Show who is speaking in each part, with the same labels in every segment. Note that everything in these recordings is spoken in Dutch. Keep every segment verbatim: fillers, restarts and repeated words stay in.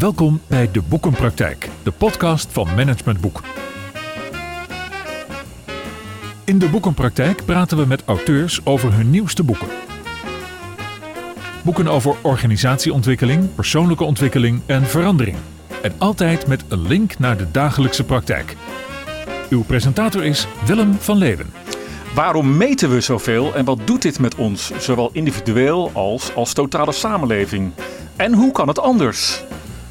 Speaker 1: Welkom bij De Boekenpraktijk, de podcast van Management Boek. In De Boekenpraktijk praten we met auteurs over hun nieuwste boeken. Boeken over organisatieontwikkeling, persoonlijke ontwikkeling en verandering. En altijd met een link naar de dagelijkse praktijk. Uw presentator is Willem van Leeuwen.
Speaker 2: Waarom meten we zoveel en wat doet dit met ons, zowel individueel als als totale samenleving? En hoe kan het anders?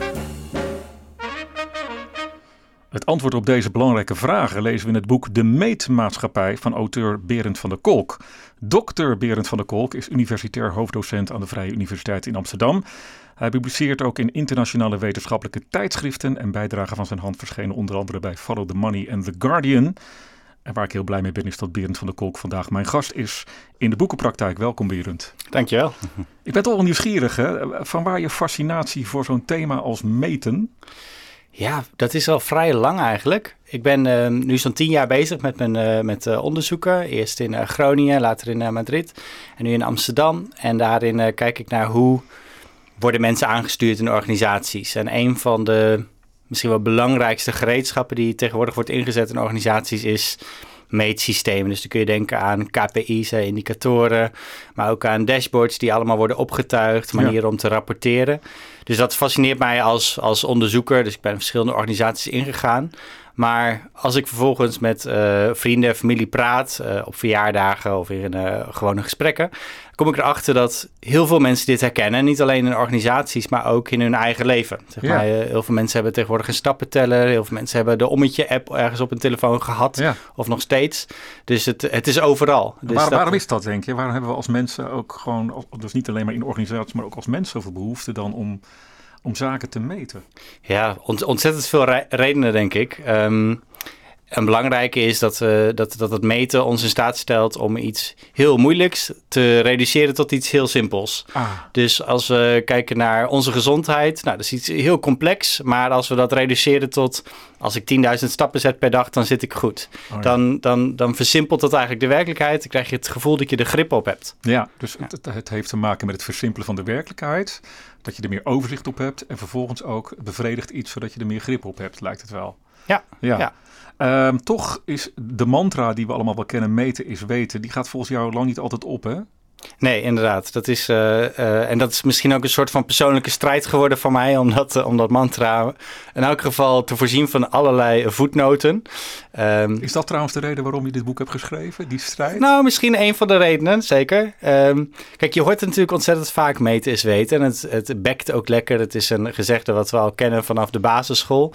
Speaker 2: Het antwoord op deze belangrijke vragen lezen we in het boek De Meetmaatschappij van auteur Berend van der Kolk. dokter Berend van der Kolk is universitair hoofddocent aan de Vrije Universiteit in Amsterdam. Hij publiceert ook in internationale wetenschappelijke tijdschriften en bijdragen van zijn hand verschenen onder andere bij Follow the Money en The Guardian. En waar ik heel blij mee ben is dat Berend van der Kolk vandaag mijn gast is in de boekenpraktijk. Welkom Berend.
Speaker 3: Dankjewel.
Speaker 2: Ik ben toch wel nieuwsgierig, hè? Van waar je fascinatie voor zo'n thema als meten?
Speaker 3: Ja, dat is al vrij lang eigenlijk. Ik ben uh, nu zo'n tien jaar bezig met mijn uh, met, uh, onderzoeken. Eerst in uh, Groningen, later in uh, Madrid en nu in Amsterdam. En daarin uh, kijk ik naar hoe worden mensen aangestuurd in organisaties. En een van de misschien wel belangrijkste gereedschappen die tegenwoordig wordt ingezet in organisaties is meetsystemen. Dus dan kun je denken aan K P I's, indicatoren, maar ook aan dashboards die allemaal worden opgetuigd, manieren ja. om te rapporteren. Dus dat fascineert mij als, als onderzoeker. Dus ik ben in verschillende organisaties ingegaan. Maar als ik vervolgens met uh, vrienden en familie praat, uh, op verjaardagen of in uh, gewone gesprekken, kom ik erachter dat heel veel mensen dit herkennen. Niet alleen in organisaties, maar ook in hun eigen leven. Zeg maar, ja. uh, heel veel mensen hebben tegenwoordig een stappenteller. Heel veel mensen hebben de Ommetje-app ergens op hun telefoon gehad. Ja. Of nog steeds. Dus het, het is overal. Dus
Speaker 2: Waar,
Speaker 3: dat,
Speaker 2: waarom is dat, denk je? Waarom hebben we als mensen ook gewoon, dus niet alleen maar in organisaties, maar ook als mensen zoveel behoefte dan om... om zaken te meten?
Speaker 3: Ja, ont- ontzettend veel re- redenen, denk ik. Um, een belangrijke is dat, uh, dat, dat het meten ons in staat stelt om iets heel moeilijks te reduceren tot iets heel simpels. Ah. Dus als we kijken naar onze gezondheid, nou, dat is iets heel complex, maar als we dat reduceren tot, als ik tienduizend stappen zet per dag, dan zit ik goed. Oh, ja. dan, dan, dan versimpelt dat eigenlijk de werkelijkheid. Dan krijg je het gevoel dat je er grip op hebt.
Speaker 2: Ja, dus ja. Het, het heeft te maken met het versimpelen van de werkelijkheid. Dat je er meer overzicht op hebt en vervolgens ook bevredigt iets zodat je er meer grip op hebt, lijkt het wel.
Speaker 3: Ja, ja. ja.
Speaker 2: Um, toch is de mantra die we allemaal wel kennen, meten is weten, die gaat volgens jou lang niet altijd op, hè?
Speaker 3: Nee, inderdaad. Dat is, uh, uh, en dat is misschien ook een soort van persoonlijke strijd geworden van mij, om dat, uh, om dat mantra in elk geval te voorzien van allerlei voetnoten.
Speaker 2: Um, is dat trouwens de reden waarom je dit boek hebt geschreven, die strijd?
Speaker 3: Nou, misschien een van de redenen, zeker. Um, kijk, je hoort het natuurlijk ontzettend vaak, meten is weten. En het, het bekt ook lekker. Het is een gezegde wat we al kennen vanaf de basisschool.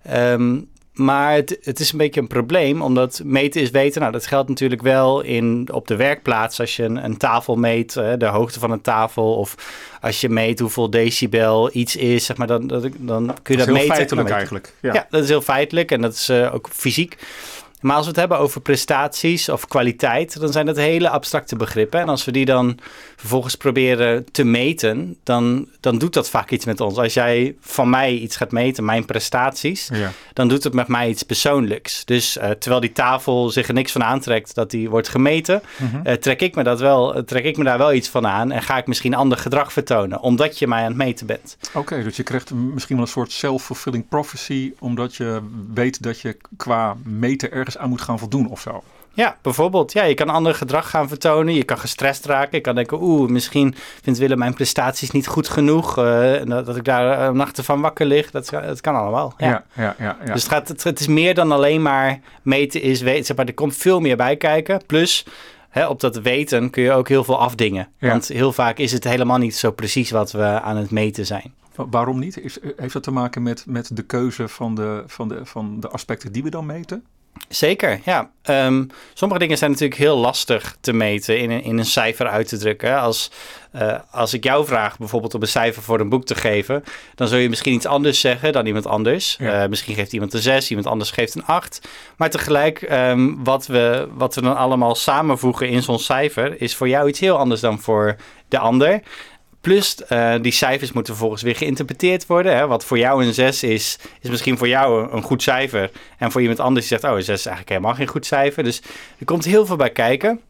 Speaker 3: Um, Maar het, het is een beetje een probleem, omdat meten is weten. Nou, dat geldt natuurlijk wel in, op de werkplaats. Als je een, een tafel meet, de hoogte van een tafel. Of als je meet hoeveel decibel iets is, zeg maar, dan, dan kun je dat,
Speaker 2: dat meten.
Speaker 3: Dat is heel
Speaker 2: feitelijk eigenlijk. Ja.
Speaker 3: ja, dat is heel feitelijk en dat is uh, ook fysiek. Maar als we het hebben over prestaties of kwaliteit, dan zijn dat hele abstracte begrippen. En als we die dan vervolgens proberen te meten, dan, dan doet dat vaak iets met ons. Als jij van mij iets gaat meten, mijn prestaties, ja. dan doet het met mij iets persoonlijks. Dus uh, terwijl die tafel zich er niks van aantrekt dat die wordt gemeten, mm-hmm. uh, trek ik me dat wel, trek ik me daar wel iets van aan en ga ik misschien ander gedrag vertonen, omdat je mij aan het meten bent.
Speaker 2: Oké, okay, dus je krijgt misschien wel een soort self-fulfilling prophecy, omdat je weet dat je qua meten ergens aan moet gaan voldoen of zo.
Speaker 3: Ja, bijvoorbeeld. Ja, je kan ander gedrag gaan vertonen. Je kan gestrest raken. Je kan denken, oeh, misschien vindt Willem mijn prestaties niet goed genoeg. Uh, dat ik daar uh, nachten van wakker lig. Dat, dat kan allemaal. Ja. Ja, ja, ja, ja. Dus het, gaat, het, het is meer dan alleen maar meten is weten. Zeg maar, er komt veel meer bij kijken. Plus, hè, op dat weten kun je ook heel veel afdingen. Ja. Want heel vaak is het helemaal niet zo precies wat we aan het meten zijn.
Speaker 2: Waarom niet? Is, heeft dat te maken met, met de keuze van de, van, de, van de aspecten die we dan meten?
Speaker 3: Zeker, ja. Um, sommige dingen zijn natuurlijk heel lastig te meten, in een, in een cijfer uit te drukken. Als, uh, als ik jou vraag bijvoorbeeld om een cijfer voor een boek te geven, dan zul je misschien iets anders zeggen dan iemand anders. Ja. Uh, misschien geeft iemand een zes, iemand anders geeft een acht. Maar tegelijk, um, wat, we, wat we dan allemaal samenvoegen in zo'n cijfer, is voor jou iets heel anders dan voor de ander. Plus, uh, die cijfers moeten vervolgens weer geïnterpreteerd worden. Hè? Wat voor jou een zes is, is misschien voor jou een goed cijfer. En voor iemand anders die zegt, oh, een zes is eigenlijk helemaal geen goed cijfer. Dus er komt heel veel bij kijken.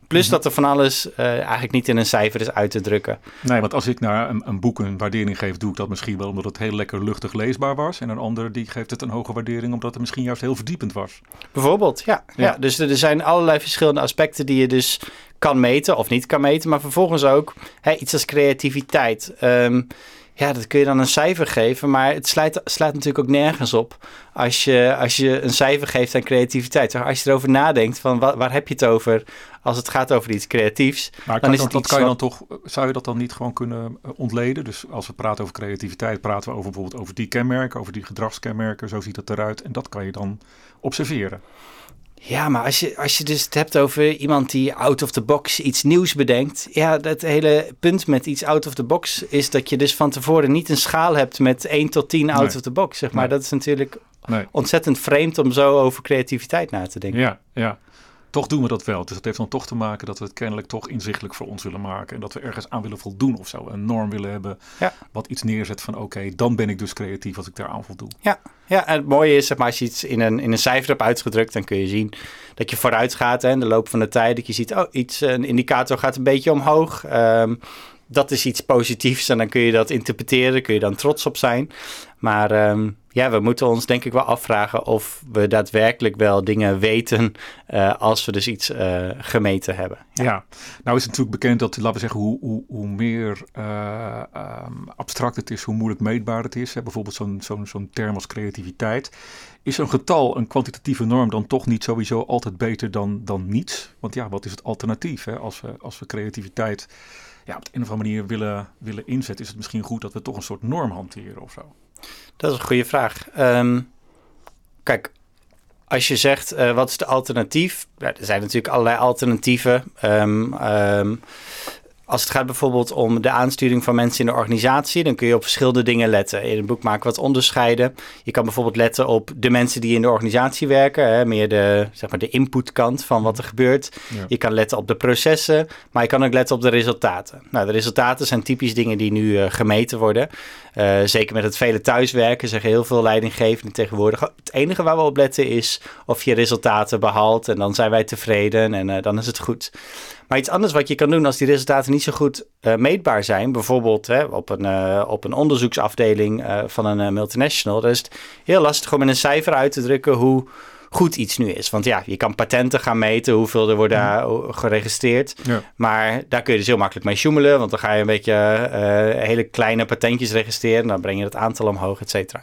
Speaker 3: Plus
Speaker 2: Mm-hmm.
Speaker 3: dat er van alles uh, eigenlijk niet in een cijfer is uit te drukken.
Speaker 2: Nee, want als ik naar een, een boek een waardering geef, doe ik dat misschien wel omdat het heel lekker luchtig leesbaar was. En een ander die geeft het een hoge waardering omdat het misschien juist heel verdiepend was.
Speaker 3: Bijvoorbeeld, ja. ja.
Speaker 2: Ja.
Speaker 3: Dus er, er zijn allerlei verschillende aspecten die je dus kan meten of niet kan meten. Maar vervolgens ook hè, iets als creativiteit. Um, Ja, dat kun je dan een cijfer geven, maar het slaat, slaat natuurlijk ook nergens op als je, als je een cijfer geeft aan creativiteit. Als je erover nadenkt, van waar, waar heb je het over als het gaat over iets creatiefs?
Speaker 2: Maar
Speaker 3: dan
Speaker 2: kan,
Speaker 3: is
Speaker 2: dan,
Speaker 3: het
Speaker 2: dat
Speaker 3: iets
Speaker 2: kan je
Speaker 3: wat...
Speaker 2: dan toch, zou je dat dan niet gewoon kunnen ontleden? Dus als we praten over creativiteit, praten we over bijvoorbeeld over die kenmerken, over die gedragskenmerken, zo ziet het eruit. En dat kan je dan observeren.
Speaker 3: Ja, maar als je, als je dus het hebt over iemand die out of the box iets nieuws bedenkt. Ja, het hele punt met iets out of the box is dat je dus van tevoren niet een schaal hebt met één tot tien out
Speaker 2: Nee.
Speaker 3: of the box. Zeg maar.
Speaker 2: Nee.
Speaker 3: Dat is natuurlijk
Speaker 2: Nee.
Speaker 3: ontzettend vreemd om zo over creativiteit na te denken.
Speaker 2: Ja, ja. Toch doen we dat wel. Dus dat heeft dan toch te maken dat we het kennelijk toch inzichtelijk voor ons willen maken. En dat we ergens aan willen voldoen of zo. Een norm willen hebben
Speaker 3: Ja.
Speaker 2: wat iets neerzet van oké, okay, dan ben ik dus creatief als ik daar aan voldoe.
Speaker 3: Ja, ja, en het mooie is, zeg maar, als je iets in een, in een cijfer hebt uitgedrukt, dan kun je zien dat je vooruit gaat. Hè, in de loop van de tijd, dat je ziet, oh, iets, een indicator gaat een beetje omhoog. Um, dat is iets positiefs en dan kun je dat interpreteren, kun je dan trots op zijn. Maar um, ja, we moeten ons denk ik wel afvragen of we daadwerkelijk wel dingen weten uh, als we dus iets uh, gemeten hebben.
Speaker 2: Ja. ja, nou is het natuurlijk bekend dat, laten we zeggen, hoe, hoe, hoe meer uh, um, abstract het is, hoe moeilijk meetbaar het is. Hè. Bijvoorbeeld zo'n, zo'n, zo'n term als creativiteit. Is een getal, een kwantitatieve norm, dan toch niet sowieso altijd beter dan, dan niets? Want ja, wat is het alternatief? Hè? Als, we, als we creativiteit ja, op de een of andere manier willen, willen inzetten, is het misschien goed dat we toch een soort norm hanteren of zo?
Speaker 3: Dat is een goede vraag. Um, kijk, als je zegt, uh, wat is de alternatief? Ja, er zijn natuurlijk allerlei alternatieven. Um, um, als het gaat bijvoorbeeld om de aansturing van mensen in de organisatie, dan kun je op verschillende dingen letten. In het boek maken we wat onderscheiden. Je kan bijvoorbeeld letten op de mensen die in de organisatie werken, hè, meer de, zeg maar de inputkant van wat er gebeurt. Ja. Je kan letten op de processen, maar je kan ook letten op de resultaten. Nou, de resultaten zijn typisch dingen die nu uh, gemeten worden. Uh, zeker met het vele thuiswerken zeggen heel veel leidinggevenden tegenwoordig. Het enige waar we op letten is of je resultaten behaalt en dan zijn wij tevreden en uh, dan is het goed. Maar iets anders wat je kan doen als die resultaten niet zo goed uh, meetbaar zijn, bijvoorbeeld hè, op, een, uh, op een onderzoeksafdeling uh, van een uh, multinational, dan is het heel lastig om met een cijfer uit te drukken hoe goed iets nu is. Want ja, je kan patenten gaan meten, hoeveel er worden uh, geregistreerd. Ja. Maar daar kun je dus heel makkelijk mee sjoemelen, want dan ga je een beetje uh, hele kleine patentjes registreren, dan breng je het aantal omhoog, et cetera.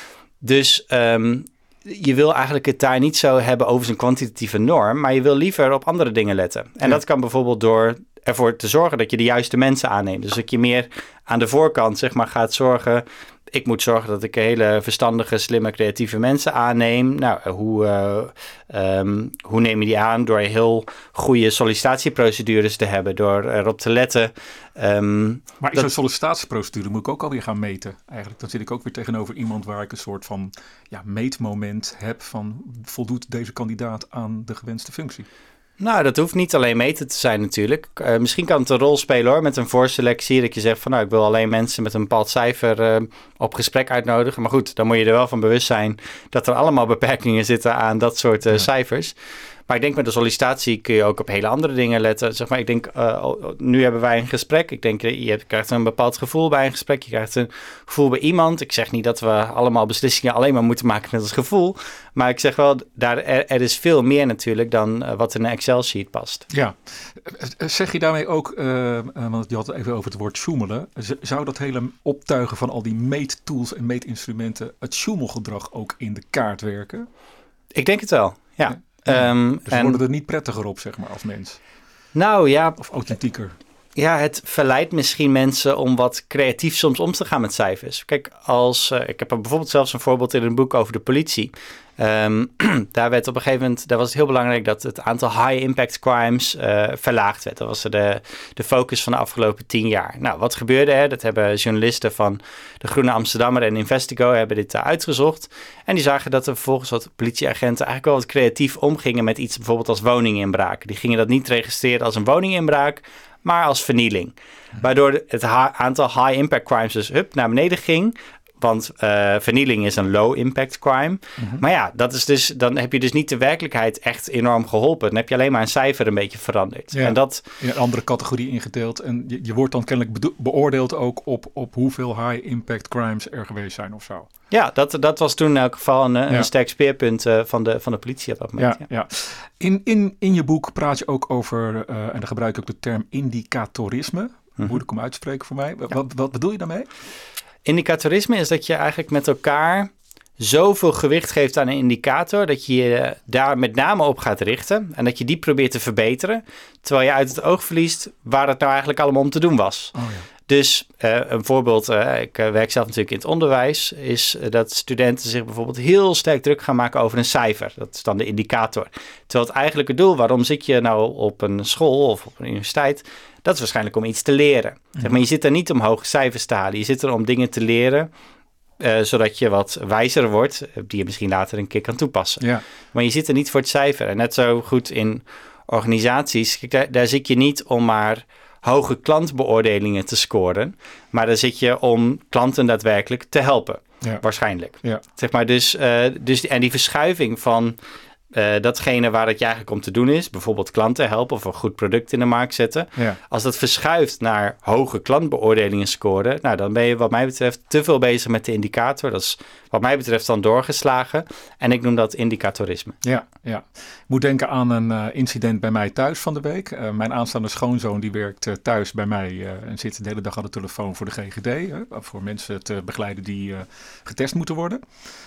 Speaker 3: Dus um, je wil eigenlijk het daar niet zo hebben over zijn kwantitatieve norm, maar je wil liever op andere dingen letten. En ja. dat kan bijvoorbeeld door ervoor te zorgen dat je de juiste mensen aanneemt. Dus dat je meer aan de voorkant zeg maar gaat zorgen. Ik moet zorgen dat ik hele verstandige, slimme, creatieve mensen aanneem. Nou, hoe, uh, um, hoe neem je die aan? Door heel goede sollicitatieprocedures te hebben, door erop te letten. Um,
Speaker 2: maar in dat... zo'n sollicitatieprocedure moet ik ook alweer gaan meten. Eigenlijk dan zit ik ook weer tegenover iemand waar ik een soort van ja, meetmoment heb van voldoet deze kandidaat aan de gewenste functie?
Speaker 3: Nou, dat hoeft niet alleen meten te zijn natuurlijk. Uh, misschien kan het een rol spelen hoor, met een voorselectie. Dat je zegt van nou, ik wil alleen mensen met een bepaald cijfer uh, op gesprek uitnodigen. Maar goed, dan moet je er wel van bewust zijn dat er allemaal beperkingen zitten aan dat soort uh, ja. cijfers. Maar ik denk met de sollicitatie kun je ook op hele andere dingen letten. Zeg maar, ik denk, uh, nu hebben wij een gesprek. Ik denk, je krijgt een bepaald gevoel bij een gesprek. Je krijgt een gevoel bij iemand. Ik zeg niet dat we allemaal beslissingen alleen maar moeten maken met het gevoel. Maar ik zeg wel, daar, er, er is veel meer natuurlijk dan uh, wat in een Excel-sheet past.
Speaker 2: Ja. Zeg je daarmee ook, uh, want je had het even over het woord sjoemelen. Zou dat hele optuigen van al die meettools en meetinstrumenten het sjoemelgedrag ook in de kaart werken?
Speaker 3: Ik denk het wel, ja. ja.
Speaker 2: Ja,
Speaker 3: um,
Speaker 2: dus we worden er niet prettiger op, zeg maar, als mens.
Speaker 3: Nou ja.
Speaker 2: Of authentieker.
Speaker 3: Ja, het verleidt misschien mensen om wat creatief soms om te gaan met cijfers. Kijk, als uh, ik heb bijvoorbeeld zelfs een voorbeeld in een boek over de politie. Um, daar werd op een gegeven moment, daar was het heel belangrijk dat het aantal high impact crimes uh, verlaagd werd. Dat was de, de focus van de afgelopen tien jaar. Nou, wat gebeurde er? Dat hebben journalisten van de Groene Amsterdammer en Investigo hebben dit uh, uitgezocht. En die zagen dat er vervolgens wat politieagenten eigenlijk wel wat creatief omgingen met iets bijvoorbeeld als woninginbraak. Die gingen dat niet registreren als een woninginbraak, maar als vernieling. Waardoor het ha- aantal high impact crimes dus hup, naar beneden ging. Want uh, vernieling is een low-impact crime. Mm-hmm. Maar ja, dat is dus, dan heb je dus niet de werkelijkheid echt enorm geholpen. Dan heb je alleen maar een cijfer een beetje veranderd.
Speaker 2: Ja,
Speaker 3: en dat,
Speaker 2: in een andere categorie ingedeeld. En je, je wordt dan kennelijk bedo- beoordeeld ook op, op hoeveel high-impact crimes er geweest zijn of zo.
Speaker 3: Ja, dat, dat was toen in elk geval een, een
Speaker 2: ja.
Speaker 3: sterk speerpunt uh, van, de, van de politie op dat moment.
Speaker 2: Ja, ja. Ja. In, in, in je boek praat je ook over, uh, en dan gebruik ik ook de term indicatorisme. Mm-hmm. Moeilijk om uit te spreken voor mij. Ja. Wat, wat bedoel je daarmee?
Speaker 3: Indicatorisme is dat je eigenlijk met elkaar zoveel gewicht geeft aan een indicator dat je je daar met name op gaat richten en dat je die probeert te verbeteren, terwijl je uit het oog verliest waar het nou eigenlijk allemaal om te doen was. Oh ja. Dus uh, een voorbeeld, uh, ik uh, werk zelf natuurlijk in het onderwijs, is uh, dat studenten zich bijvoorbeeld heel sterk druk gaan maken over een cijfer. Dat is dan de indicator. Terwijl het eigenlijke doel, waarom zit je nou op een school of op een universiteit, dat is waarschijnlijk om iets te leren. Mm-hmm. Zeg maar, je zit er niet om hoge cijfers te halen, je zit er om dingen te leren, uh, zodat je wat wijzer wordt, die je misschien later een keer kan toepassen. Ja. Maar je zit er niet voor het cijfer. En net zo goed in organisaties, kijk, daar, daar zit je niet om maar hoge klantbeoordelingen te scoren, maar daar zit je om klanten daadwerkelijk te helpen, ja. waarschijnlijk. Ja. Zeg maar dus, uh, dus, en die verschuiving van uh, datgene waar het je eigenlijk om te doen is, bijvoorbeeld klanten helpen of een goed product in de markt zetten, ja. als dat verschuift naar hoge klantbeoordelingen scoren, nou dan ben je wat mij betreft te veel bezig met de indicator. Dat is wat mij betreft dan doorgeslagen en ik noem dat indicatorisme.
Speaker 2: Ja, ja. Ik moet denken aan een uh, incident bij mij thuis van de week. Uh, mijn aanstaande schoonzoon die werkt uh, thuis bij mij uh, en zit de hele dag aan de telefoon voor de G G D. Uh, voor mensen te begeleiden die uh, getest moeten worden.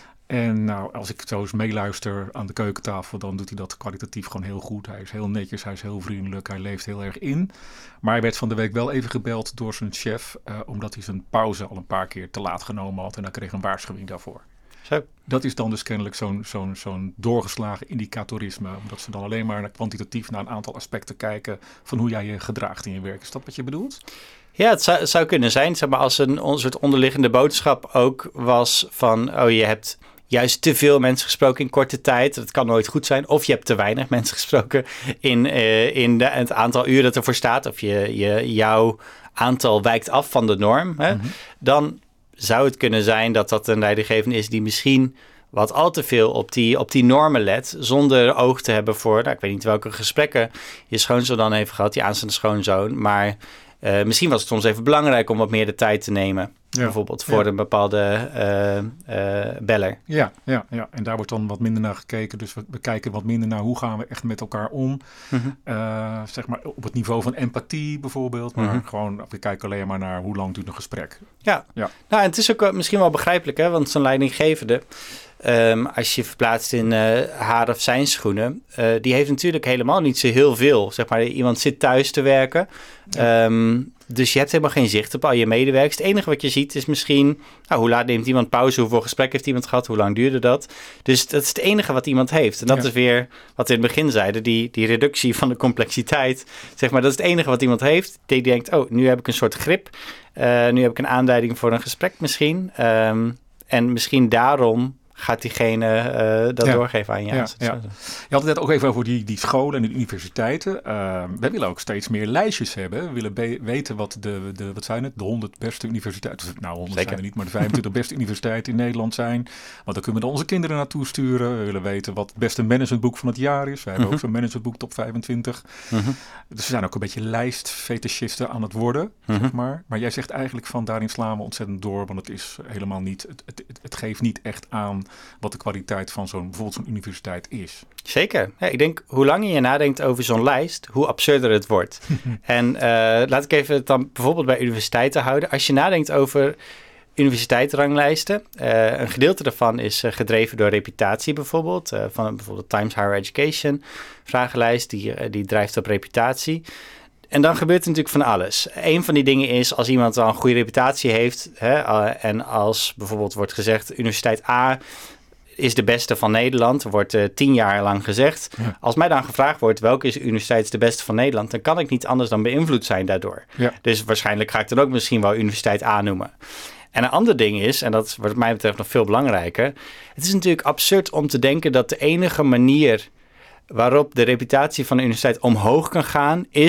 Speaker 2: En nou, als ik zo eens meeluister aan de keukentafel, dan doet hij dat kwalitatief gewoon heel goed. Hij is heel netjes, hij is heel vriendelijk, hij leeft heel erg in. Maar hij werd van de week wel even gebeld door zijn chef, uh, omdat hij zijn pauze al een paar keer te laat genomen had. En hij kreeg een waarschuwing daarvoor.
Speaker 3: Zo.
Speaker 2: Dat is dan dus kennelijk zo'n, zo'n, zo'n doorgeslagen indicatorisme. Omdat ze dan alleen maar kwantitatief naar een aantal aspecten kijken van hoe jij je gedraagt in je werk. Is dat wat je bedoelt?
Speaker 3: Ja, het zou, het zou kunnen zijn. Zeg maar, als een, een soort onderliggende boodschap ook was van, oh, je hebt juist te veel mensen gesproken in korte tijd. Dat kan nooit goed zijn. Of je hebt te weinig mensen gesproken in, uh, in de, het aantal uren dat ervoor staat. Of je, je, jouw aantal wijkt af van de norm. Hè? Mm-hmm. Dan zou het kunnen zijn dat dat een leidinggevende is die misschien wat al te veel op die, op die normen let, zonder oog te hebben voor, nou, ik weet niet welke gesprekken je schoonzoon dan heeft gehad, die aanstaande schoonzoon, maar uh, misschien was het soms even belangrijk om wat meer de tijd te nemen. Ja, bijvoorbeeld voor ja. een bepaalde uh, uh, beller.
Speaker 2: Ja, ja, ja, en daar wordt dan wat minder naar gekeken. Dus we, we kijken wat minder naar hoe gaan we echt met elkaar om. Mm-hmm. Uh, zeg maar op het niveau van empathie bijvoorbeeld. Maar mm-hmm. gewoon, we kijken alleen maar naar hoe lang duurt een gesprek.
Speaker 3: Ja, ja. Nou, en het is ook uh, misschien wel begrijpelijk, hè? Want zo'n leidinggevende, Um, als je verplaatst in uh, haar of zijn schoenen, uh, die heeft natuurlijk helemaal niet zo heel veel. Zeg maar, iemand zit thuis te werken. Ja. Um, dus je hebt helemaal geen zicht op al je medewerkers. Het enige wat je ziet is misschien, nou, hoe laat neemt iemand pauze? Hoeveel gesprekken heeft iemand gehad? Hoe lang duurde dat? Dus dat is het enige wat iemand heeft. En dat ja. is weer wat we in het begin zeiden, die, die reductie van de complexiteit. Zeg maar, dat is het enige wat iemand heeft. Die denkt, oh, nu heb ik een soort grip. Uh, nu heb ik een aanduiding voor een gesprek misschien. Um, en misschien daarom gaat diegene uh, dat ja. doorgeven aan je. Ja, ja.
Speaker 2: Je had het net ook even over die, die scholen en de universiteiten. Uh, wij willen ook steeds meer lijstjes hebben. We willen be- weten wat de, de, wat zijn het, de honderd beste universiteiten, nou honderd Zeker. zijn er niet, maar de vijfentwintig beste universiteiten in Nederland zijn. Want dan kunnen we dan onze kinderen naartoe sturen. We willen weten wat het beste managementboek van het jaar is. We hebben uh-huh. ook zo'n managementboek top vijfentwintig. Uh-huh. Dus we zijn ook een beetje lijstfetischisten aan het worden, uh-huh. zeg maar. Maar jij zegt eigenlijk van daarin slaan we ontzettend door, want het is helemaal niet, het, het, het, het geeft niet echt aan wat de kwaliteit van zo'n, bijvoorbeeld zo'n universiteit is.
Speaker 3: Zeker. Ja, ik denk, hoe langer je nadenkt over zo'n lijst, hoe absurder het wordt. En uh, laat ik even het dan bijvoorbeeld bij universiteiten houden. Als je nadenkt over universiteitsranglijsten, uh, een gedeelte daarvan is uh, gedreven door reputatie bijvoorbeeld. Uh, van bijvoorbeeld Times Higher Education vragenlijst, die, uh, die drijft op reputatie. En dan gebeurt er natuurlijk van alles. Een van die dingen is, als iemand al een goede reputatie heeft, hè, uh, en als bijvoorbeeld wordt gezegd, Universiteit A is de beste van Nederland, wordt uh, tien jaar lang gezegd. Ja. Als mij dan gevraagd wordt, welke is universiteit de beste van Nederland, dan kan ik niet anders dan beïnvloed zijn daardoor. Ja. Dus waarschijnlijk ga ik dan ook misschien wel Universiteit A noemen. En een ander ding is, en dat is wat mij betreft nog veel belangrijker, het is natuurlijk absurd om te denken dat de enige manier waarop de reputatie van de universiteit omhoog kan gaan, is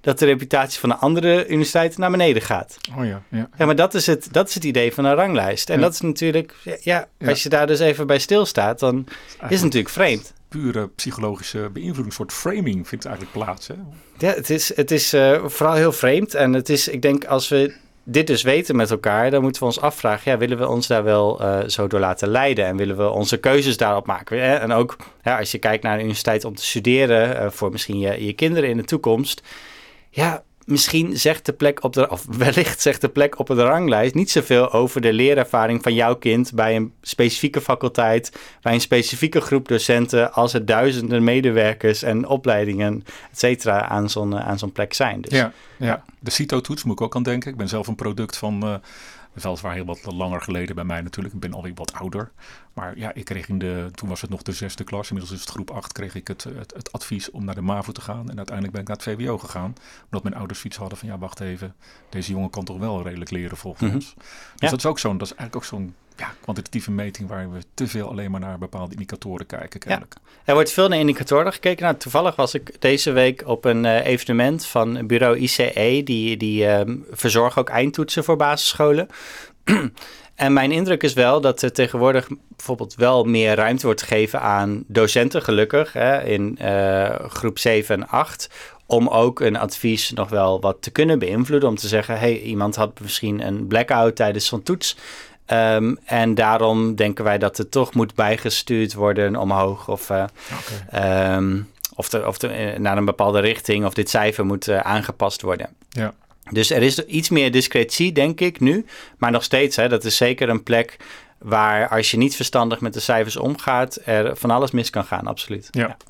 Speaker 3: dat de reputatie van de andere universiteiten naar beneden gaat.
Speaker 2: Oh ja, ja.
Speaker 3: Ja, maar dat is het, dat is het idee van een ranglijst. En
Speaker 2: Ja.
Speaker 3: dat is natuurlijk, ja,
Speaker 2: Ja.
Speaker 3: als je daar dus even bij stilstaat, dan is het natuurlijk vreemd.
Speaker 2: Pure psychologische beïnvloeding, een soort framing vindt eigenlijk plaats. Hè?
Speaker 3: Ja, het is, het is uh, vooral heel vreemd. En het is, ik denk, als we dit dus weten met elkaar, dan moeten we ons afvragen, ja, willen we ons daar wel uh, zo door laten leiden? En willen we onze keuzes daarop maken? Hè? En ook, ja, als je kijkt naar een universiteit om te studeren, uh, voor misschien je, je kinderen in de toekomst, ja, misschien zegt de plek op de, of wellicht zegt de plek op de ranglijst niet zoveel over de leerervaring van jouw kind bij een specifieke faculteit, bij een specifieke groep docenten, als er duizenden medewerkers en opleidingen, et cetera, aan zo'n, aan zo'n plek zijn. Dus,
Speaker 2: ja, ja, de CITO-toets moet ik ook aan denken. Ik ben zelf een product van, uh, weliswaar heel wat langer geleden bij mij natuurlijk. Ik ben alweer wat ouder. Maar ja, ik kreeg in de, toen was het nog de zesde klas, inmiddels is het groep acht, kreeg ik het, het, het advies om naar de MAVO te gaan. En uiteindelijk ben ik naar het V W O gegaan. Omdat mijn ouders zoiets hadden van, ja, wacht even, deze jongen kan toch wel redelijk leren volgens
Speaker 3: Mm-hmm.
Speaker 2: ons. Dus
Speaker 3: ja.
Speaker 2: dat is ook zo'n, dat is eigenlijk ook zo'n ja, kwantitatieve meting waar we te veel alleen maar naar bepaalde indicatoren kijken, kennelijk.
Speaker 3: Ja. Er wordt veel naar indicatoren gekeken. Nou, toevallig was ik deze week op een uh, evenement van bureau I C E, die, die um, verzorgen ook eindtoetsen voor basisscholen. En mijn indruk is wel dat er tegenwoordig bijvoorbeeld wel meer ruimte wordt gegeven aan docenten, gelukkig, hè, in uh, groep zeven en acht, om ook een advies nog wel wat te kunnen beïnvloeden. Om te zeggen, hey, iemand had misschien een blackout tijdens zo'n toets. Um, en daarom denken wij dat het toch moet bijgestuurd worden omhoog. Of, uh, okay. um, of, de, of de, naar een bepaalde richting. Of dit cijfer moet uh, aangepast worden.
Speaker 2: Ja.
Speaker 3: Dus er is iets meer discretie, denk ik, nu. Maar nog steeds, hè, dat is zeker een plek waar, als je niet verstandig met de cijfers omgaat, er van alles mis kan gaan, absoluut.
Speaker 2: Ja.
Speaker 3: Ja.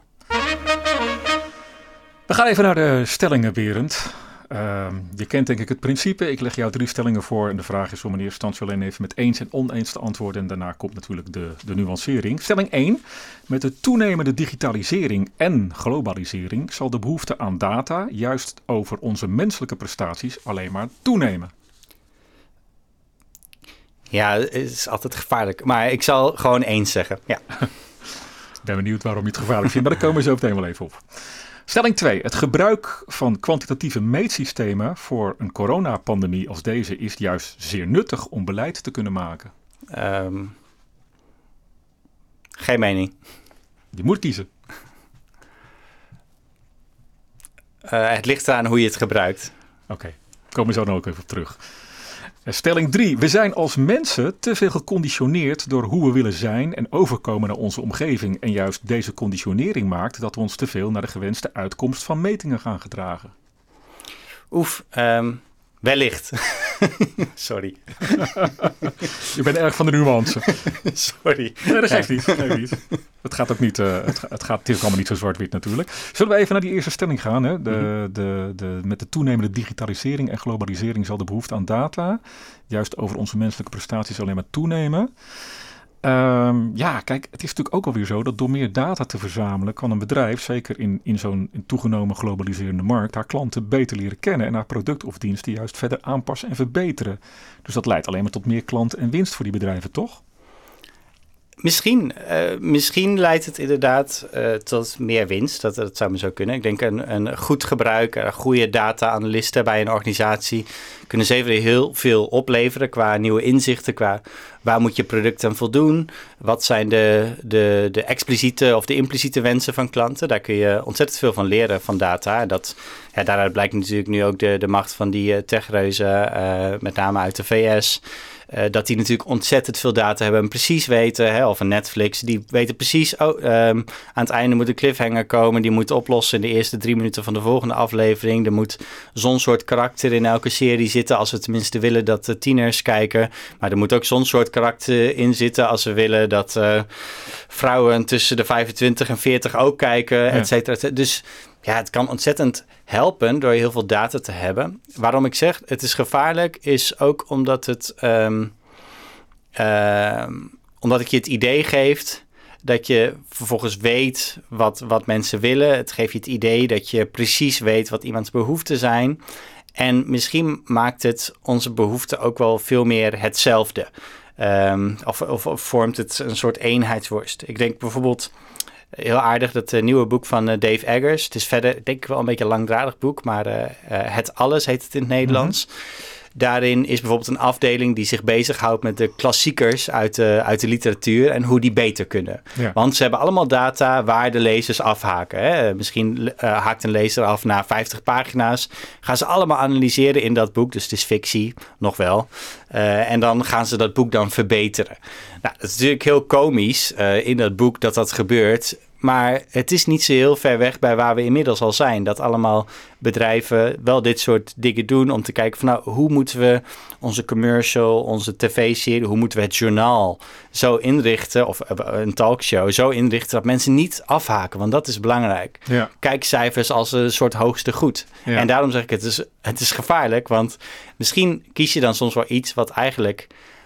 Speaker 2: We gaan even naar de stellingen, Berend. Uh, je kent denk ik het principe. Ik leg jou drie stellingen voor en de vraag is om in eerste instantie alleen even met eens en oneens te antwoorden. En daarna komt natuurlijk de, de nuancering. Stelling één. Met de toenemende digitalisering en globalisering zal de behoefte aan data juist over onze menselijke prestaties alleen maar toenemen.
Speaker 3: Ja, het is altijd gevaarlijk. Maar ik zal gewoon eens zeggen. Ja.
Speaker 2: Ik ben benieuwd waarom je het gevaarlijk vindt, maar daar komen we zo meteen wel even op. Stelling twee. Het gebruik van kwantitatieve meetsystemen voor een coronapandemie als deze is juist zeer nuttig om beleid te kunnen maken.
Speaker 3: Um, geen mening.
Speaker 2: Je moet kiezen.
Speaker 3: Uh, het ligt eraan hoe je het gebruikt.
Speaker 2: Oké, okay. Komen we zo nog ook even op terug. Stelling drie. We zijn als mensen te veel geconditioneerd door hoe we willen zijn en overkomen naar onze omgeving. En juist deze conditionering maakt dat we ons te veel naar de gewenste uitkomst van metingen gaan gedragen.
Speaker 3: Oef, um, wellicht. Sorry.
Speaker 2: Je bent erg van de nuance.
Speaker 3: Sorry.
Speaker 2: Nee, dat geeft niet. Dat geeft niet. Het gaat ook niet, uh, het, het, gaat, het is allemaal niet zo zwart-wit natuurlijk. Zullen we even naar die eerste stelling gaan? Hè? De, mm-hmm. de, de, met de toenemende digitalisering en globalisering zal de behoefte aan data juist over onze menselijke prestaties alleen maar toenemen. Um, ja, kijk, het is natuurlijk ook alweer zo dat door meer data te verzamelen kan een bedrijf, zeker in, in zo'n in toegenomen globaliserende markt, haar klanten beter leren kennen en haar product of diensten juist verder aanpassen en verbeteren. Dus dat leidt alleen maar tot meer klanten en winst voor die bedrijven, toch?
Speaker 3: Misschien, uh, misschien leidt het inderdaad uh, tot meer winst. Dat, dat zou maar zo kunnen. Ik denk een, een goed gebruik, een goede data-analysten bij een organisatie kunnen zeker heel veel opleveren qua nieuwe inzichten, qua waar moet je product aan voldoen, wat zijn de, de, de expliciete of de impliciete wensen van klanten. Daar kun je ontzettend veel van leren van data. Dat, ja, daaruit blijkt natuurlijk nu ook de, de macht van die uh, techreuzen, uh, met name uit de V S. Uh, dat die natuurlijk ontzettend veel data hebben en precies weten, hè, of een Netflix, die weten precies, oh, um, aan het einde moet een cliffhanger komen, die moet oplossen in de eerste drie minuten van de volgende aflevering. Er moet zo'n soort karakter in elke serie zitten als we tenminste willen dat de tieners kijken. Maar er moet ook zo'n soort karakter in zitten als we willen dat uh, vrouwen tussen de vijfentwintig en veertig ook kijken, ja. et cetera. Dus ja, het kan ontzettend helpen door heel veel data te hebben. Waarom ik zeg, het is gevaarlijk, is ook omdat het um, uh, omdat ik je het idee geeft dat je vervolgens weet wat, wat mensen willen. Het geeft je het idee dat je precies weet wat iemands behoeften zijn. En misschien maakt het onze behoeften ook wel veel meer hetzelfde. Um, of, of, of vormt het een soort eenheidsworst. Ik denk bijvoorbeeld, Heel aardig, dat uh, nieuwe boek van uh, Dave Eggers. Het is verder, denk ik wel een beetje een langdradig boek, maar uh, uh, Het Alles heet het in het Nederlands. Mm-hmm. Daarin is bijvoorbeeld een afdeling die zich bezighoudt met de klassiekers uit de, uit de literatuur en hoe die beter kunnen. Ja. Want ze hebben allemaal data waar de lezers afhaken. Hè. Misschien uh, haakt een lezer af na vijftig pagina's. Gaan ze allemaal analyseren in dat boek. Dus het is fictie, nog wel. Uh, en dan gaan ze dat boek dan verbeteren. Nou, dat is natuurlijk heel komisch uh, in dat boek dat dat gebeurt. Maar het is niet zo heel ver weg bij waar we inmiddels al zijn. Dat allemaal bedrijven wel dit soort dingen doen om te kijken van nou, hoe moeten we onze commercial, onze tv-serie, hoe moeten we het journaal zo inrichten, of een talkshow zo inrichten dat mensen niet afhaken, want dat is belangrijk. Ja. Kijkcijfers als een soort hoogste goed. Ja. En daarom zeg ik het is, het is gevaarlijk, want misschien kies je dan soms wel iets wat eigenlijk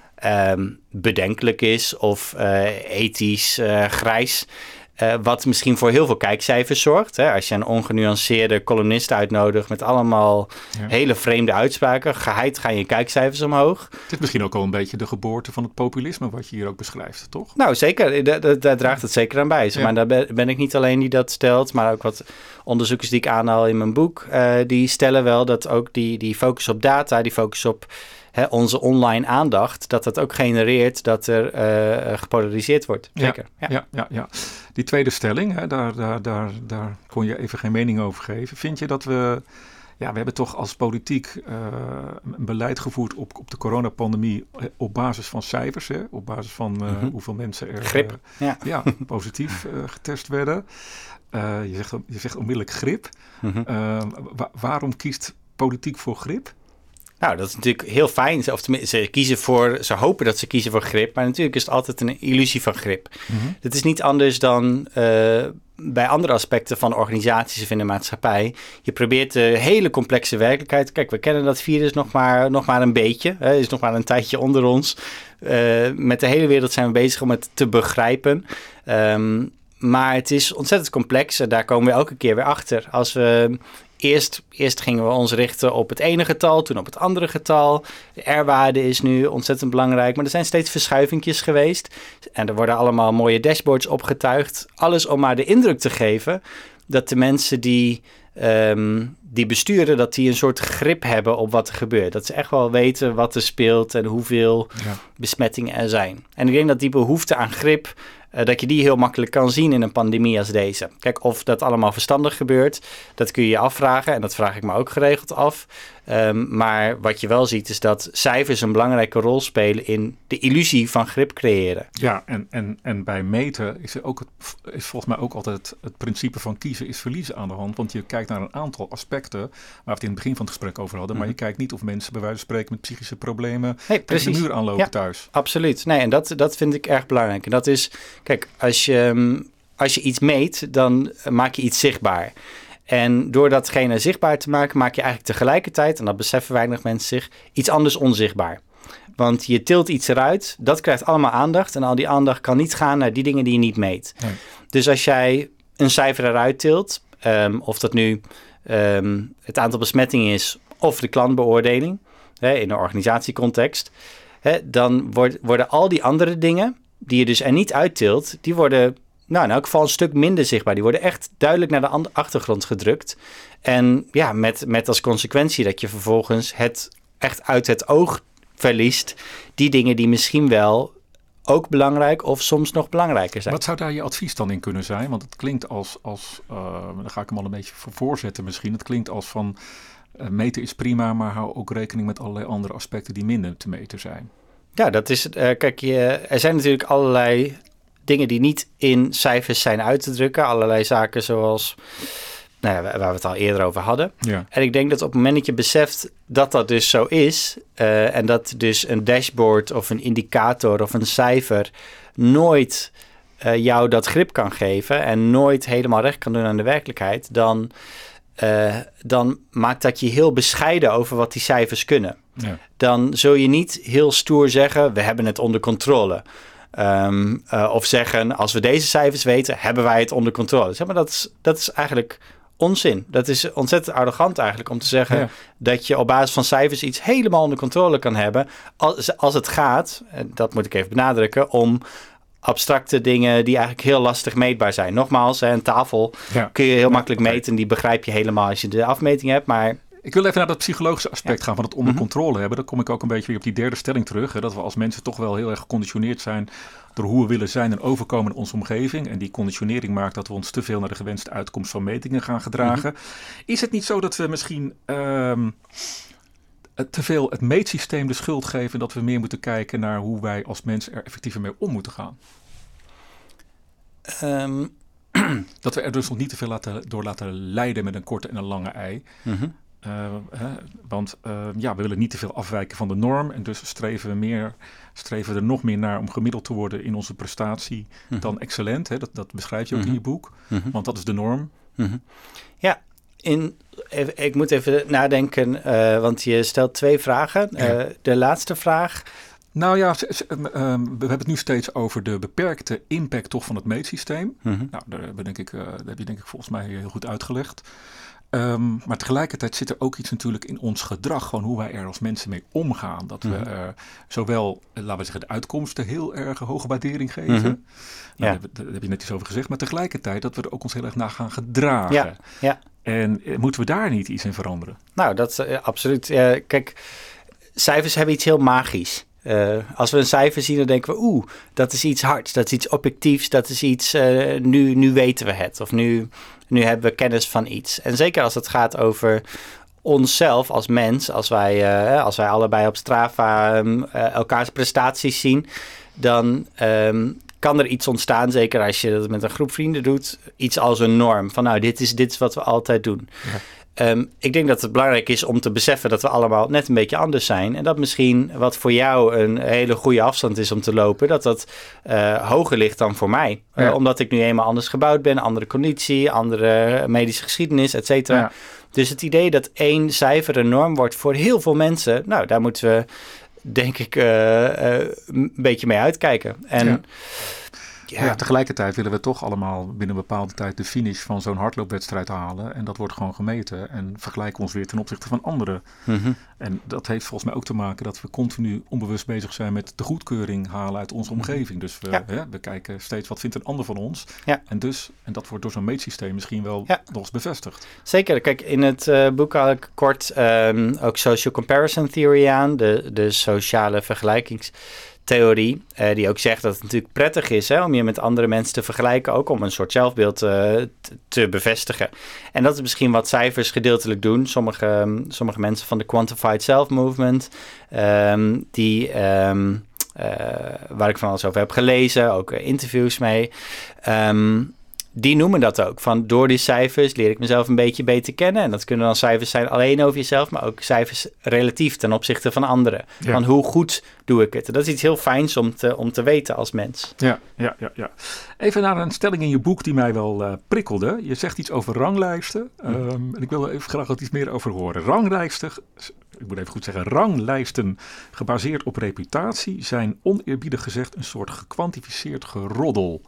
Speaker 3: um, bedenkelijk is of uh, ethisch uh, grijs. Uh, wat misschien voor heel veel kijkcijfers zorgt. Hè? Als je een ongenuanceerde columnist uitnodigt met allemaal ja. hele vreemde uitspraken. Geheid gaan je kijkcijfers omhoog.
Speaker 2: Het is misschien ook al een beetje de geboorte van het populisme wat je hier ook beschrijft, toch?
Speaker 3: Nou, zeker. Daar, daar draagt het zeker aan bij. Ja. Maar daar ben ik niet alleen die dat stelt, maar ook wat onderzoekers die ik aanhaal in mijn boek. Uh, die stellen wel dat ook die, die focus op data, die focus op He, onze online aandacht, dat dat ook genereert dat er uh, gepolariseerd wordt. Zeker.
Speaker 2: Ja, ja. ja, ja, ja. Die tweede stelling, hè, daar, daar, daar, daar kon je even geen mening over geven. Vind je dat we, ja, we hebben toch als politiek uh, een beleid gevoerd op, op de coronapandemie op basis van cijfers, hè, op basis van uh, mm-hmm. hoeveel mensen er
Speaker 3: grip. Uh, ja.
Speaker 2: Ja, positief uh, getest werden. Uh, je, zegt, je zegt onmiddellijk grip. Mm-hmm. Uh, wa- waarom kiest politiek voor grip?
Speaker 3: Nou, dat is natuurlijk heel fijn. Of tenminste, ze kiezen voor, ze hopen dat ze kiezen voor grip. Maar natuurlijk is het altijd een illusie van grip. Mm-hmm. Het is niet anders dan uh, bij andere aspecten van organisaties of in de maatschappij. Je probeert de hele complexe werkelijkheid. Kijk, we kennen dat virus nog maar, nog maar een beetje. Het is nog maar een tijdje onder ons. Uh, met de hele wereld zijn we bezig om het te begrijpen. Um, maar het is ontzettend complex. En daar komen we elke keer weer achter. Als we Eerst, eerst gingen we ons richten op het ene getal, toen op het andere getal. De R-waarde is nu ontzettend belangrijk, maar er zijn steeds verschuivingjes geweest. En er worden allemaal mooie dashboards opgetuigd. Alles om maar de indruk te geven dat de mensen die, um, die besturen, dat die een soort grip hebben op wat er gebeurt. Dat ze echt wel weten wat er speelt en hoeveel ja. besmettingen er zijn. En ik denk dat die behoefte aan grip, Uh, dat je die heel makkelijk kan zien in een pandemie als deze. Kijk, of dat allemaal verstandig gebeurt, dat kun je je afvragen. En dat vraag ik me ook geregeld af. Um, maar wat je wel ziet is dat cijfers een belangrijke rol spelen in de illusie van grip creëren.
Speaker 2: Ja, en, en, en bij meten is, er ook het, is volgens mij ook altijd het, het principe van kiezen is verliezen aan de hand. Want je kijkt naar een aantal aspecten waar we het in het begin van het gesprek over hadden. Mm-hmm. Maar je kijkt niet of mensen bij wijze van spreken met psychische problemen nee, tegen de muur aanlopen ja, thuis.
Speaker 3: Absoluut. Nee, en dat, dat vind ik erg belangrijk. En dat is, kijk, als je, als je iets meet, dan maak je iets zichtbaar. En door datgene zichtbaar te maken, maak je eigenlijk tegelijkertijd, en dat beseffen weinig mensen zich, iets anders onzichtbaar. Want je tilt iets eruit, dat krijgt allemaal aandacht. En al die aandacht kan niet gaan naar die dingen die je niet meet. Nee. Dus als jij een cijfer eruit tilt, um, of dat nu um, het aantal besmettingen is of de klantbeoordeling, hè, in een organisatiecontext, hè, dan wordt, worden al die andere dingen, die je dus er niet uittilt, die worden nou, in elk geval een stuk minder zichtbaar. Die worden echt duidelijk naar de achtergrond gedrukt. En ja, met, met als consequentie dat je vervolgens het echt uit het oog verliest. Die dingen die misschien wel ook belangrijk of soms nog belangrijker zijn.
Speaker 2: Wat zou daar je advies dan in kunnen zijn? Want het klinkt als, als uh, dan ga ik hem al een beetje voorzetten misschien. Het klinkt als van uh, meten is prima, maar hou ook rekening met allerlei andere aspecten die minder te meten zijn.
Speaker 3: Ja, dat is, uh, kijk, je, er zijn natuurlijk allerlei dingen die niet in cijfers zijn uit te drukken. Allerlei zaken zoals, nou ja, waar we het al eerder over hadden. Ja. En ik denk dat op het moment dat je beseft dat dat dus zo is, uh, en dat dus een dashboard of een indicator of een cijfer nooit uh, jou dat grip kan geven en nooit helemaal recht kan doen aan de werkelijkheid, dan, uh, dan maakt dat je heel bescheiden over wat die cijfers kunnen. Ja. Dan zul je niet heel stoer zeggen, we hebben het onder controle. Um, uh, of zeggen, als we deze cijfers weten, hebben wij het onder controle. Zeg maar, dat is, dat is eigenlijk onzin. Dat is ontzettend arrogant eigenlijk om te zeggen ja. dat je op basis van cijfers iets helemaal onder controle kan hebben. Als, als het gaat, en dat moet ik even benadrukken, om abstracte dingen die eigenlijk heel lastig meetbaar zijn. Nogmaals, een tafel ja. kun je heel ja, makkelijk okay. meten. Die begrijp je helemaal als je de afmeting hebt, maar...
Speaker 2: Ik wil even naar dat psychologische aspect ja. gaan van het onder controle mm-hmm. hebben. Dan kom ik ook een beetje weer op die derde stelling terug. Hè, dat we als mensen toch wel heel erg geconditioneerd zijn door hoe we willen zijn en overkomen in onze omgeving. En die conditionering maakt dat we ons te veel naar de gewenste uitkomst van metingen gaan gedragen. Mm-hmm. Is het niet zo dat we misschien um, te veel het meetsysteem de schuld geven, dat we meer moeten kijken naar hoe wij als mens er effectiever mee om moeten gaan?
Speaker 3: Um.
Speaker 2: Dat we er dus nog niet te veel laten, door laten leiden met een korte en een lange ei. Mm-hmm. Uh, hè, want uh, ja, we willen niet te veel afwijken van de norm. En dus streven we, meer, streven we er nog meer naar om gemiddeld te worden in onze prestatie mm-hmm. dan excellent. Hè? Dat, dat beschrijf je ook mm-hmm. in je boek. Mm-hmm. Want dat is de norm.
Speaker 3: Mm-hmm. Ja, in, even, ik moet even nadenken, uh, want je stelt twee vragen. Uh, ja. De laatste vraag...
Speaker 2: Nou ja, we hebben het nu steeds over de beperkte impact toch van het meetsysteem. Mm-hmm. Nou, daar, hebben, denk ik, uh, daar heb je denk ik volgens mij heel goed uitgelegd. Um, maar tegelijkertijd zit er ook iets natuurlijk in ons gedrag, gewoon hoe wij er als mensen mee omgaan. Dat mm-hmm. we uh, zowel, laten we zeggen, de uitkomsten heel erg hoge waardering geven. Mm-hmm. Nou, ja. daar, daar heb je net iets over gezegd. Maar tegelijkertijd dat we er ook ons heel erg naar gaan gedragen.
Speaker 3: Ja. Ja.
Speaker 2: En uh, moeten we daar niet iets in veranderen?
Speaker 3: Nou, dat is uh, absoluut. Uh, kijk, cijfers hebben iets heel magisch. Uh, als we een cijfer zien, dan denken we, oeh, dat is iets hards, dat is iets objectiefs, dat is iets, uh, nu, nu weten we het. Of nu, nu hebben we kennis van iets. En zeker als het gaat over onszelf als mens, als wij, uh, als wij allebei op Strava um, uh, elkaars prestaties zien, dan um, kan er iets ontstaan, zeker als je dat met een groep vrienden doet, iets als een norm. Van nou, dit is, dit is wat we altijd doen. Ja. Um, ik denk dat het belangrijk is om te beseffen dat we allemaal net een beetje anders zijn. En dat misschien wat voor jou een hele goede afstand is om te lopen, dat dat uh, hoger ligt dan voor mij. Ja. Uh, omdat ik nu eenmaal anders gebouwd ben, andere conditie, andere medische geschiedenis, et cetera. Ja. Dus het idee dat één cijfer een norm wordt voor heel veel mensen, nou, daar moeten we denk ik uh, uh, een beetje mee uitkijken. En
Speaker 2: ja. Ja. Ja, tegelijkertijd willen we toch allemaal binnen een bepaalde tijd de finish van zo'n hardloopwedstrijd halen. En dat wordt gewoon gemeten. En vergelijken ons weer ten opzichte van anderen. Mm-hmm. En dat heeft volgens mij ook te maken dat we continu onbewust bezig zijn met de goedkeuring halen uit onze omgeving. Dus we, ja. hè, we kijken steeds wat vindt een ander van ons. Ja. En dus, en dat wordt door zo'n meetsysteem misschien wel ja. nog eens bevestigd.
Speaker 3: Zeker. Kijk, in het uh, boek haal ik kort um, ook social comparison theory aan. De, de sociale vergelijkings theorie, uh, die ook zegt dat het natuurlijk prettig is hè, om je met andere mensen te vergelijken, ook om een soort zelfbeeld uh, t- te bevestigen. En dat is misschien wat cijfers gedeeltelijk doen. Sommige, um, sommige mensen van de Quantified Self Movement, um, die, um, uh, waar ik van alles over heb gelezen, ook uh, interviews mee, um, die noemen dat ook. Van door die cijfers leer ik mezelf een beetje beter kennen. En dat kunnen dan cijfers zijn alleen over jezelf, maar ook cijfers relatief ten opzichte van anderen. Ja. Van hoe goed doe ik het? En dat is iets heel fijns om te, om te weten als mens.
Speaker 2: Ja, ja, ja, ja. Even naar een stelling in je boek die mij wel uh, prikkelde. Je zegt iets over ranglijsten. Ja. Um, en ik wil er even graag wat iets meer over horen. Ranglijsten, ik moet even goed zeggen, ranglijsten gebaseerd op reputatie zijn oneerbiedig gezegd een soort gekwantificeerd geroddel.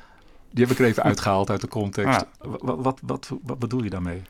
Speaker 2: Die heb ik er even uitgehaald uit de context. Ah. Wat, wat, wat, wat bedoel je daarmee?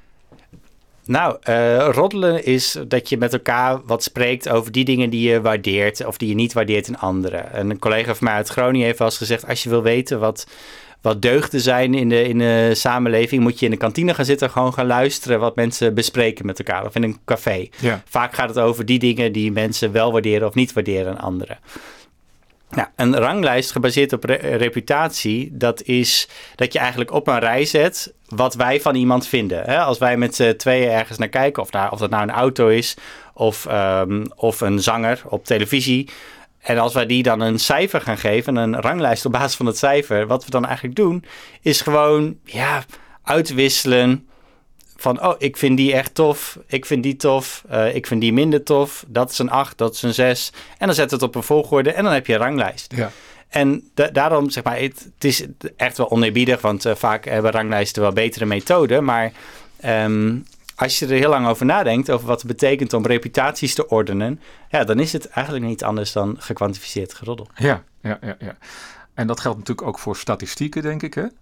Speaker 3: Nou, uh, roddelen is dat je met elkaar wat spreekt over die dingen die je waardeert of die je niet waardeert in anderen. En een collega van mij uit Groningen heeft wel eens gezegd, als je wil weten wat, wat deugden zijn in de, in de samenleving, moet je in de kantine gaan zitten en gewoon gaan luisteren wat mensen bespreken met elkaar of in een café. Ja. Vaak gaat het over die dingen die mensen wel waarderen of niet waarderen aan anderen. Nou, een ranglijst gebaseerd op re- reputatie, dat is dat je eigenlijk op een rij zet wat wij van iemand vinden. Hè? Als wij met z'n tweeën ergens naar kijken, of, nou, of dat nou een auto is of, um, of een zanger op televisie. En als wij die dan een cijfer gaan geven, een ranglijst op basis van het cijfer, wat we dan eigenlijk doen, is gewoon ja, uitwisselen. Van, oh, ik vind die echt tof, ik vind die tof, uh, ik vind die minder tof. Dat is een acht, dat is een zes. En dan zet het op een volgorde en dan heb je een ranglijst. Ja. En da- daarom, zeg maar, het, het is echt wel oneerbiedig, want uh, vaak hebben ranglijsten wel betere methoden. Maar um, als je er heel lang over nadenkt, over wat het betekent om reputaties te ordenen, ja, dan is het eigenlijk niet anders dan gekwantificeerd geroddel.
Speaker 2: Ja, ja, ja, ja. En dat geldt natuurlijk ook voor statistieken, denk ik, hè?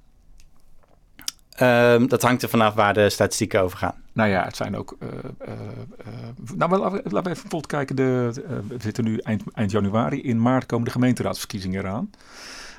Speaker 3: Um, dat hangt er vanaf waar de statistieken over gaan.
Speaker 2: Nou ja, het zijn ook... Uh, uh, uh, nou, maar laten we even bijvoorbeeld kijken. De, uh, we zitten nu eind, eind januari. In maart komen de gemeenteraadsverkiezingen eraan.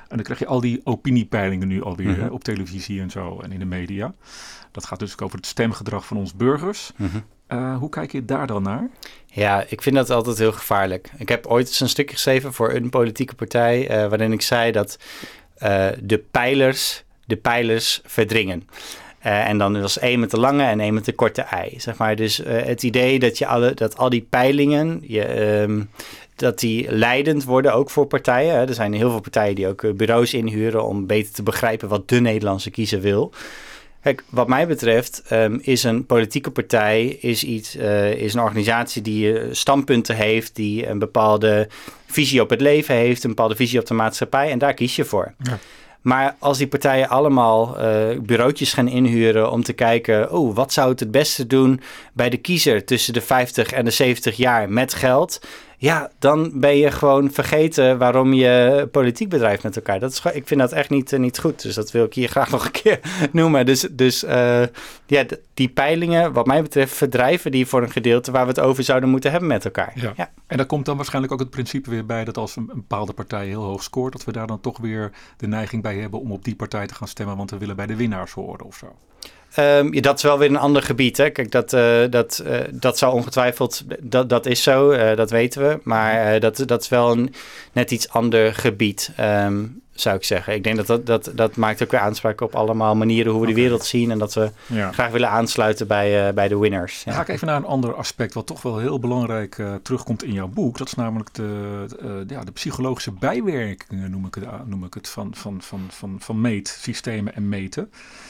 Speaker 2: En dan krijg je al die opiniepeilingen nu alweer
Speaker 3: Mm-hmm.
Speaker 2: hè, op televisie en zo en in de media. Dat gaat dus ook over het stemgedrag van ons burgers.
Speaker 3: Mm-hmm.
Speaker 2: Uh, hoe kijk je daar dan naar?
Speaker 3: Ja, ik vind dat altijd heel gevaarlijk. Ik heb ooit eens een stukje geschreven voor een politieke partij, uh, waarin ik zei dat uh, de pijlers de pijlers verdringen. Uh, en dan was één met de lange en één met de korte ei, zeg maar. Dus uh, het idee dat, je alle, dat al die peilingen, je, um, dat die leidend worden ook voor partijen. Hè. Er zijn heel veel partijen die ook uh, bureaus inhuren om beter te begrijpen wat de Nederlandse kiezer wil. Kijk, wat mij betreft um, is een politieke partij is, iets, uh, is een organisatie die uh, standpunten heeft, die een bepaalde visie op het leven heeft, een bepaalde visie op de maatschappij en daar kies je voor. Ja. Maar als die partijen allemaal uh, bureautjes gaan inhuren om te kijken, oh, wat zou het het beste doen bij de kiezer tussen de vijftig en de zeventig jaar met geld? Ja, dan ben je gewoon vergeten waarom je politiek bedrijft met elkaar. Dat is, ik vind dat echt niet, uh, niet goed. Dus dat wil ik hier graag nog een keer noemen. Dus, dus uh, ja, d- die peilingen, wat mij betreft, verdrijven die voor een gedeelte waar we het over zouden moeten hebben met elkaar.
Speaker 2: Ja.
Speaker 3: Ja.
Speaker 2: En daar komt dan waarschijnlijk ook het principe weer bij dat als een, een bepaalde partij heel hoog scoort, dat we daar dan toch weer de neiging bij hebben om op die partij te gaan stemmen, want we willen bij de winnaars horen of zo.
Speaker 3: Um, ja, dat is wel weer een ander gebied. Hè? Kijk, dat, uh, dat, uh, dat zou ongetwijfeld, dat, dat is zo, uh, dat weten we. Maar uh, dat, dat is wel een net iets ander gebied, um, zou ik zeggen. Ik denk dat dat, dat dat maakt ook weer aanspraak op allemaal manieren hoe we okay. de wereld zien. En dat we ja. graag willen aansluiten bij, uh, bij de winners. Ja.
Speaker 2: Dan ga ik even naar een ander aspect wat toch wel heel belangrijk uh, terugkomt in jouw boek. Dat is namelijk de, uh, ja, de psychologische bijwerkingen, noem ik het, noem ik het van, van, van, van, van meetsystemen en meten.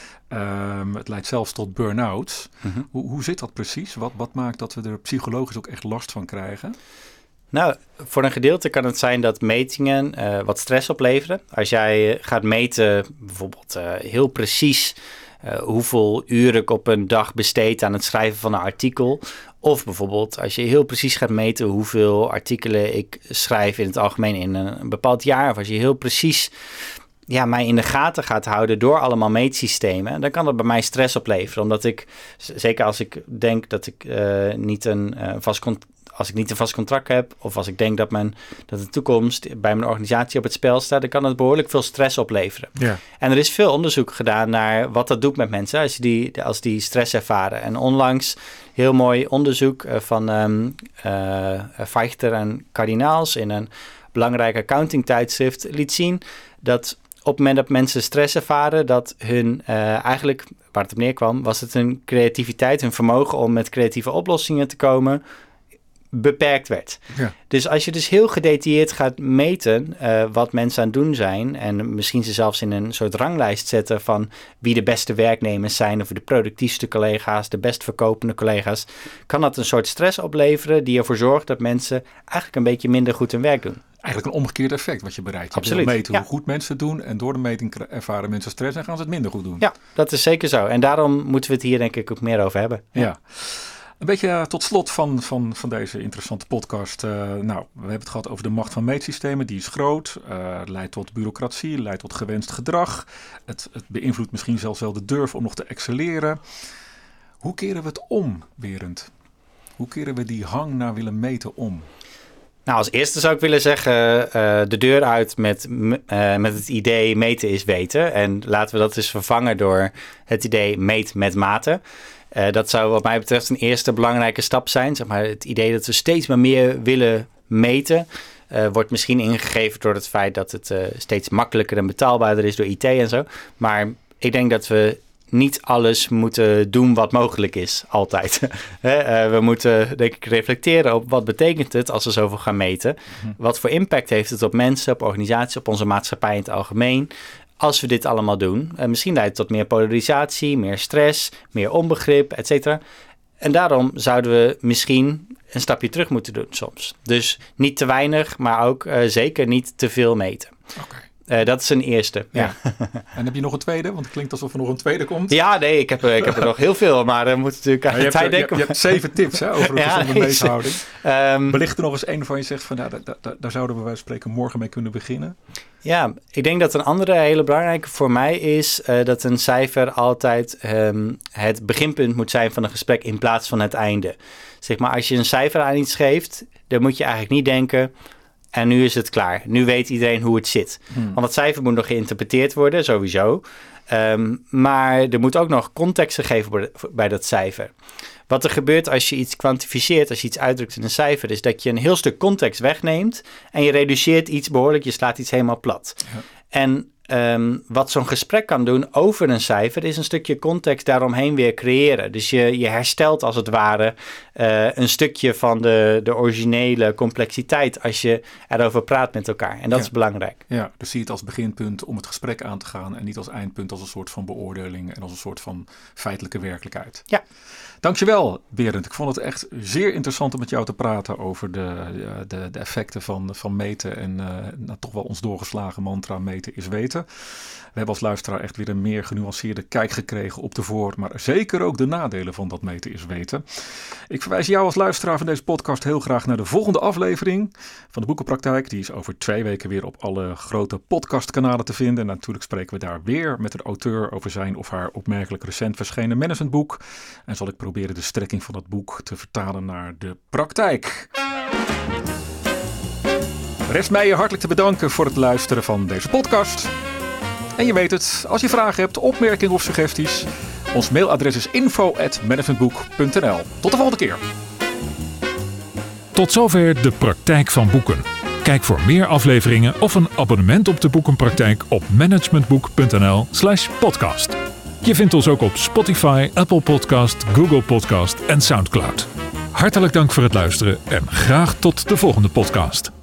Speaker 2: Um, het leidt zelfs tot burn-outs. Mm-hmm. Hoe, hoe zit dat precies? Wat, wat maakt dat we er psychologisch ook echt last van krijgen?
Speaker 3: Nou, voor een gedeelte kan het zijn dat metingen uh, wat stress opleveren. Als jij gaat meten, bijvoorbeeld uh, heel precies uh, hoeveel uren ik op een dag besteed aan het schrijven van een artikel. Of bijvoorbeeld als je heel precies gaat meten hoeveel artikelen ik schrijf in het algemeen in een, een bepaald jaar. Of als je heel precies ja, mij in de gaten gaat houden door allemaal meetsystemen, dan kan dat bij mij stress opleveren. Omdat ik, zeker als ik denk dat ik uh, niet een uh, vast contract, als ik niet een vast contract heb, of als ik denk dat, mijn, dat de toekomst bij mijn organisatie op het spel staat, dan kan het behoorlijk veel stress opleveren. Ja. En er is veel onderzoek gedaan naar wat dat doet met mensen als die, als die stress ervaren. En onlangs heel mooi onderzoek uh, van um, uh, Feichter en Kardinaals in een belangrijk accounting tijdschrift liet zien dat op het moment dat mensen stress ervaren, dat hun uh, eigenlijk, waar het op neerkwam, was het hun creativiteit, hun vermogen om met creatieve oplossingen te komen, beperkt werd. Ja. Dus als je dus heel gedetailleerd gaat meten uh, wat mensen aan het doen zijn en misschien ze zelfs in een soort ranglijst zetten van wie de beste werknemers zijn of de productiefste collega's, de best verkopende collega's, kan dat een soort stress opleveren die ervoor zorgt dat mensen eigenlijk een beetje minder goed hun werk doen.
Speaker 2: Eigenlijk een omgekeerd effect wat je bereikt. Je
Speaker 3: Absoluut.
Speaker 2: wil meten
Speaker 3: ja.
Speaker 2: hoe goed mensen het doen en door de meting ervaren mensen stress en gaan ze het minder goed doen.
Speaker 3: Ja, dat is zeker zo. En daarom moeten we het hier denk ik ook meer over hebben.
Speaker 2: Ja. ja. Een beetje uh, tot slot van, van, van deze interessante podcast. Uh, nou, we hebben het gehad over de macht van meetsystemen. Die is groot. Uh, leidt tot bureaucratie. Leidt tot gewenst gedrag. Het, het beïnvloedt misschien zelfs wel de durf om nog te excelleren. Hoe keren we het om, Berend? Hoe keren we die hang naar willen meten om?
Speaker 3: Nou, als eerste zou ik willen zeggen, uh, de deur uit met, uh, met het idee meten is weten. En laten we dat dus vervangen door het idee meet met mate. Uh, dat zou wat mij betreft een eerste belangrijke stap zijn. Zeg maar, het idee dat we steeds maar meer willen meten uh, wordt misschien ingegeven door het feit dat het uh, steeds makkelijker en betaalbaarder is door I T en zo. Maar ik denk dat we niet alles moeten doen wat mogelijk is, altijd. uh, we moeten, denk ik, reflecteren op wat betekent het als we zoveel gaan meten. Mm-hmm. Wat voor impact heeft het op mensen, op organisaties, op onze maatschappij in het algemeen, als we dit allemaal doen. Uh, misschien leidt het tot meer polarisatie, meer stress, meer onbegrip, et cetera. En daarom zouden we misschien een stapje terug moeten doen soms. Dus niet te weinig, maar ook uh, zeker niet te veel meten.
Speaker 2: Okay.
Speaker 3: Uh, dat is een eerste. Ja.
Speaker 2: Ja. En heb je nog een tweede? Want het klinkt alsof er nog een tweede komt.
Speaker 3: Ja, nee, ik heb, ik heb er nog heel veel. Maar dan moet natuurlijk aan de tijd denken.
Speaker 2: Je, je hebt zeven tips hè, over een ja, gezonde nee, meethouding. Um, Belicht er nog eens één waarvan je zegt van nou, da, da, daar zouden we bij wijze van spreken morgen mee kunnen beginnen.
Speaker 3: Ja, ik denk dat een andere hele belangrijke voor mij is uh, dat een cijfer altijd um, het beginpunt moet zijn van een gesprek in plaats van het einde. Zeg maar, als je een cijfer aan iets geeft, dan moet je eigenlijk niet denken, En nu is het klaar. Nu weet iedereen hoe het zit. Hmm. Want het cijfer moet nog geïnterpreteerd worden, sowieso. Um, maar er moet ook nog context gegeven worden bij dat cijfer. Wat er gebeurt als je iets kwantificeert, als je iets uitdrukt in een cijfer, is dat je een heel stuk context wegneemt en je reduceert iets behoorlijk, je slaat iets helemaal plat. Ja. En um, wat zo'n gesprek kan doen over een cijfer, is een stukje context daaromheen weer creëren. Dus je, je herstelt als het ware uh, een stukje van de, de originele complexiteit als je erover praat met elkaar. En dat ja. is belangrijk.
Speaker 2: Ja, dus zie het als beginpunt om het gesprek aan te gaan en niet als eindpunt, als een soort van beoordeling en als een soort van feitelijke werkelijkheid.
Speaker 3: Ja.
Speaker 2: Dankjewel, Berend. Ik vond het echt zeer interessant om met jou te praten over de, de, de effecten van, van meten en uh, nou, toch wel ons doorgeslagen mantra meten is weten. We hebben als luisteraar echt weer een meer genuanceerde kijk gekregen op de voor, maar zeker ook de nadelen van dat meten is weten. Ik verwijs jou als luisteraar van deze podcast heel graag naar de volgende aflevering van de Boekenpraktijk. Die is over twee weken weer op alle grote podcastkanalen te vinden. En natuurlijk spreken we daar weer met een auteur over zijn of haar opmerkelijk recent verschenen managementboek. En zal ik proberen de strekking van dat boek te vertalen naar de praktijk. Rest mij je hartelijk te bedanken voor het luisteren van deze podcast. En je weet het, als je vragen hebt, opmerkingen of suggesties, ons mailadres is info at managementboek punt n l. Tot de volgende keer.
Speaker 1: Tot zover de praktijk van boeken. Kijk voor meer afleveringen of een abonnement op de Boekenpraktijk op managementboek punt n l slash podcast. Je vindt ons ook op Spotify, Apple Podcast, Google Podcast en Soundcloud. Hartelijk dank voor het luisteren en graag tot de volgende podcast.